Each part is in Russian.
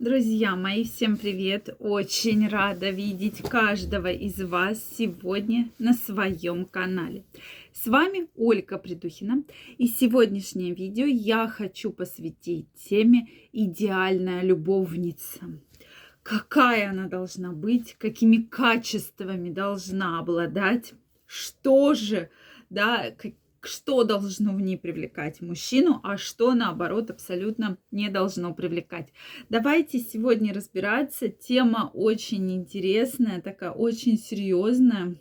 Друзья мои, всем привет! Очень рада видеть каждого из вас сегодня на своем канале. С вами Ольга Придухина, и сегодняшнее видео я хочу посвятить теме «Идеальная любовница». Какая она должна быть, какими качествами должна обладать, что же, да, что должно в ней привлекать мужчину, а что, наоборот, абсолютно не должно привлекать. Давайте сегодня разбираться. Тема очень интересная, такая очень серьезная.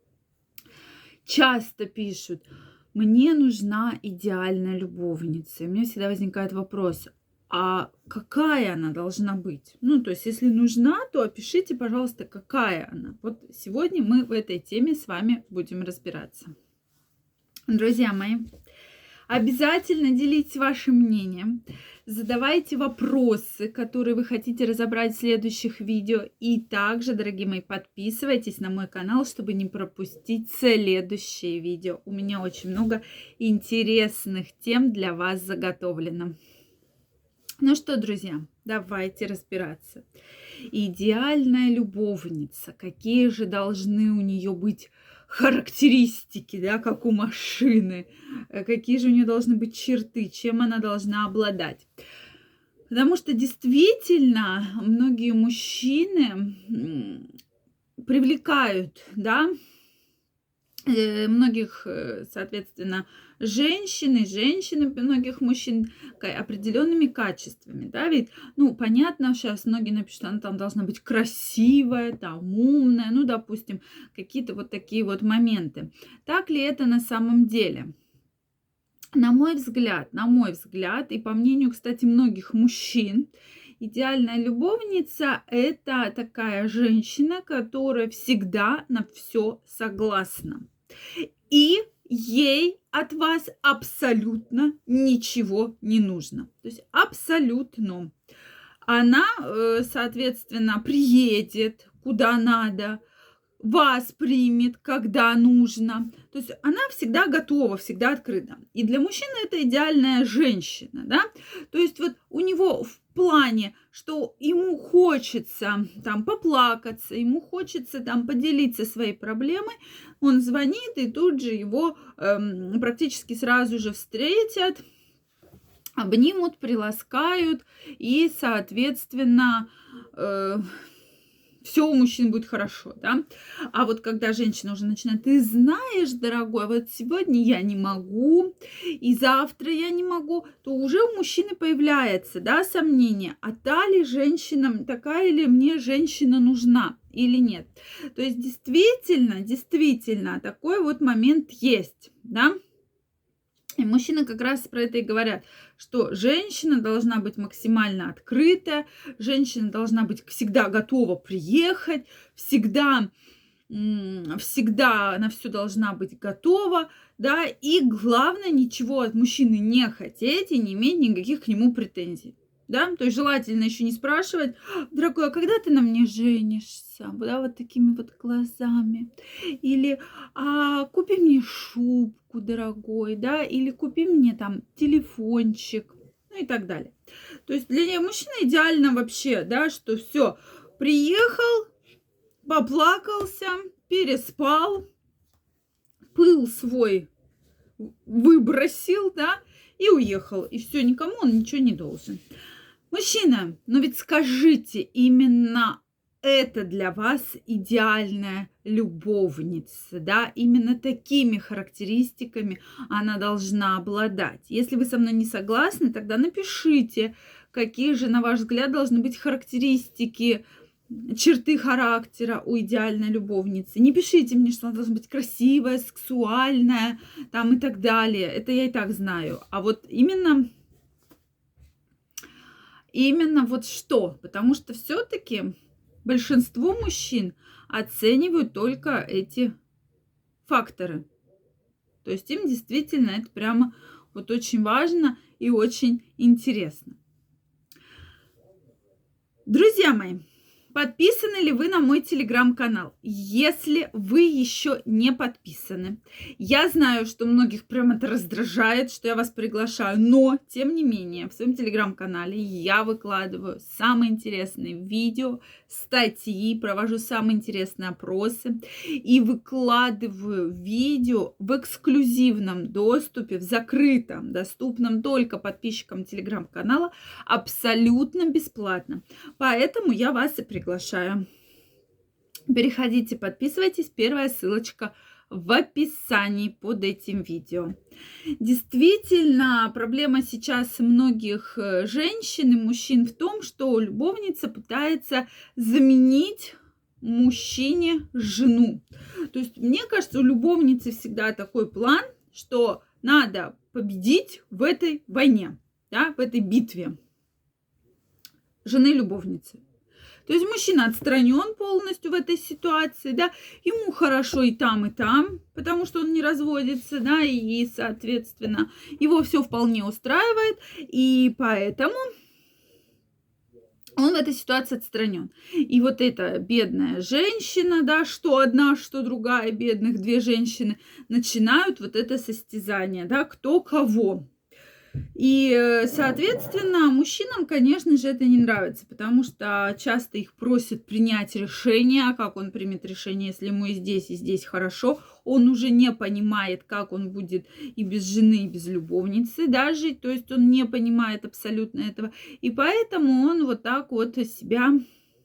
Часто пишут: мне нужна идеальная любовница. И у меня всегда возникает вопрос: а какая она должна быть? То есть, если нужна, то опишите, пожалуйста, какая она. Вот сегодня мы в этой теме с вами будем разбираться. Друзья мои, обязательно делитесь вашим мнением, задавайте вопросы, которые вы хотите разобрать в следующих видео. И также, дорогие мои, подписывайтесь на мой канал, чтобы не пропустить следующие видео. У меня очень много интересных тем для вас заготовлено. Ну что, друзья, давайте разбираться. Идеальная любовница. Какие же должны у нее быть характеристики, да, как у машины? Какие же у нее должны быть черты? Чем она должна обладать? Потому что действительно многие мужчины привлекают, да, многих, соответственно, женщины многих мужчин определенными качествами, да, ведь, понятно, сейчас многие напишут, она там должна быть красивая, там, умная, допустим, какие-то вот такие вот моменты. Так ли это на самом деле? На мой взгляд, и по мнению, кстати, многих мужчин, идеальная любовница – это такая женщина, которая всегда на все согласна. И ей от вас абсолютно ничего не нужно. То есть абсолютно. Она, соответственно, приедет куда надо, вас примет, когда нужно. То есть она всегда готова, всегда открыта. И для мужчины это идеальная женщина, да. То есть вот у него в плане, что ему хочется там поплакаться, ему хочется там поделиться своей проблемой, он звонит, и тут же его практически сразу же встретят, обнимут, приласкают, и, соответственно, все у мужчин будет хорошо, да. А вот когда женщина уже начинает: ты знаешь, дорогой, вот сегодня я не могу, и завтра я не могу, то уже у мужчины появляется, да, сомнение, а та ли женщина, такая ли мне женщина нужна или нет. То есть действительно, такой вот момент есть, да. И мужчины как раз про это и говорят, что женщина должна быть максимально открытая, женщина должна быть всегда готова приехать, всегда на все должна быть готова, да, и главное, ничего от мужчины не хотеть и не иметь никаких к нему претензий. Да, то есть желательно еще не спрашивать: дорогой, а когда ты на мне женишься? Да, вот такими вот глазами. Или: а купи мне шубку, дорогой, да, или купи мне там телефончик, и так далее. То есть для мужчины идеально вообще, да, что все, приехал, поплакался, переспал, пыл свой выбросил, да, и уехал. И все, никому он ничего не должен. Мужчина, но ведь скажите, именно это для вас идеальная любовница, да? Именно такими характеристиками она должна обладать. Если вы со мной не согласны, тогда напишите, какие же, на ваш взгляд, должны быть характеристики, черты характера у идеальной любовницы. Не пишите мне, что она должна быть красивая, сексуальная, там и так далее. Это я и так знаю. А вот именно вот что? Потому что все-таки большинство мужчин оценивают только эти факторы. То есть им действительно это прямо вот очень важно и очень интересно. Друзья мои, Подписаны ли вы на мой телеграм-канал? Если вы еще не подписаны, я знаю, что многих прям это раздражает, что я вас приглашаю, но, тем не менее, в своем телеграм-канале я выкладываю самые интересные видео, статьи, провожу самые интересные опросы и выкладываю видео в эксклюзивном доступе, в закрытом, доступном только подписчикам телеграм-канала, абсолютно бесплатно. Поэтому я вас и приглашаю. Переходите, подписывайтесь. Первая ссылочка в описании под этим видео. Действительно, проблема сейчас многих женщин и мужчин в том, что любовница пытается заменить мужчине жену. То есть, мне кажется, у любовницы всегда такой план, что надо победить в этой войне, да, в этой битве жены-любовницы. То есть мужчина отстранен полностью в этой ситуации, да, ему хорошо и там, потому что он не разводится, да, и, соответственно, его все вполне устраивает, и поэтому он в этой ситуации отстранен. И вот эта бедная женщина, да, что одна, что другая, бедных две женщины, начинают вот это состязание, да, кто кого. И, соответственно, мужчинам, конечно же, это не нравится, потому что часто их просят принять решение. А как он примет решение, если ему и здесь хорошо? Он уже не понимает, как он будет и без жены, и без любовницы, да, жить. То есть он не понимает абсолютно этого. И поэтому он вот так вот себя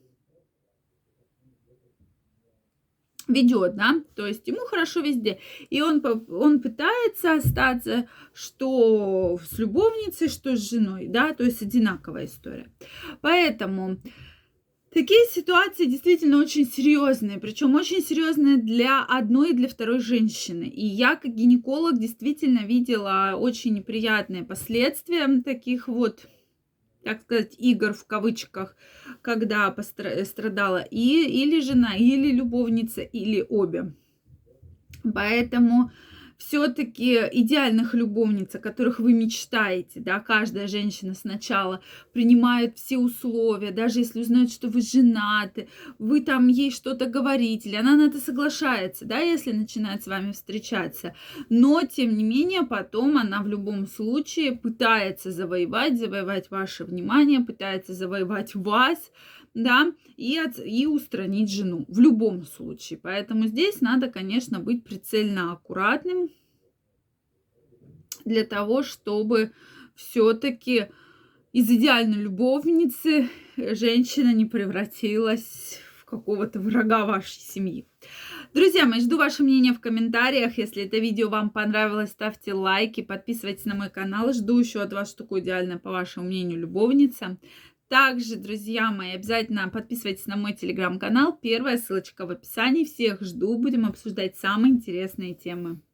ведет, да, то есть ему хорошо везде. И он пытается остаться что с любовницей, что с женой, да, то есть одинаковая история. Поэтому такие ситуации действительно очень серьезные, причем очень серьезные для одной и для второй женщины. И я, как гинеколог, действительно видела очень неприятные последствия таких вот, так сказать, игр в кавычках, когда страдала или жена, или любовница, или обе. Поэтому все-таки идеальных любовниц, о которых вы мечтаете, да, каждая женщина сначала принимает все условия, даже если узнает, что вы женаты, вы там ей что-то говорите, или она на это соглашается, да, если начинает с вами встречаться, но, тем не менее, потом она в любом случае пытается завоевать ваше внимание, пытается завоевать вас, да, и устранить жену в любом случае. Поэтому здесь надо, конечно, быть прицельно аккуратным для того, чтобы все-таки из идеальной любовницы женщина не превратилась в какого-то врага вашей семьи. Друзья мои, жду ваше мнение в комментариях. Если это видео вам понравилось, ставьте лайки, подписывайтесь на мой канал. Жду еще от вас, что такое идеальная, по вашему мнению, любовница. Также, друзья мои, обязательно подписывайтесь на мой телеграм-канал. Первая ссылочка в описании. Всех жду. Будем обсуждать самые интересные темы.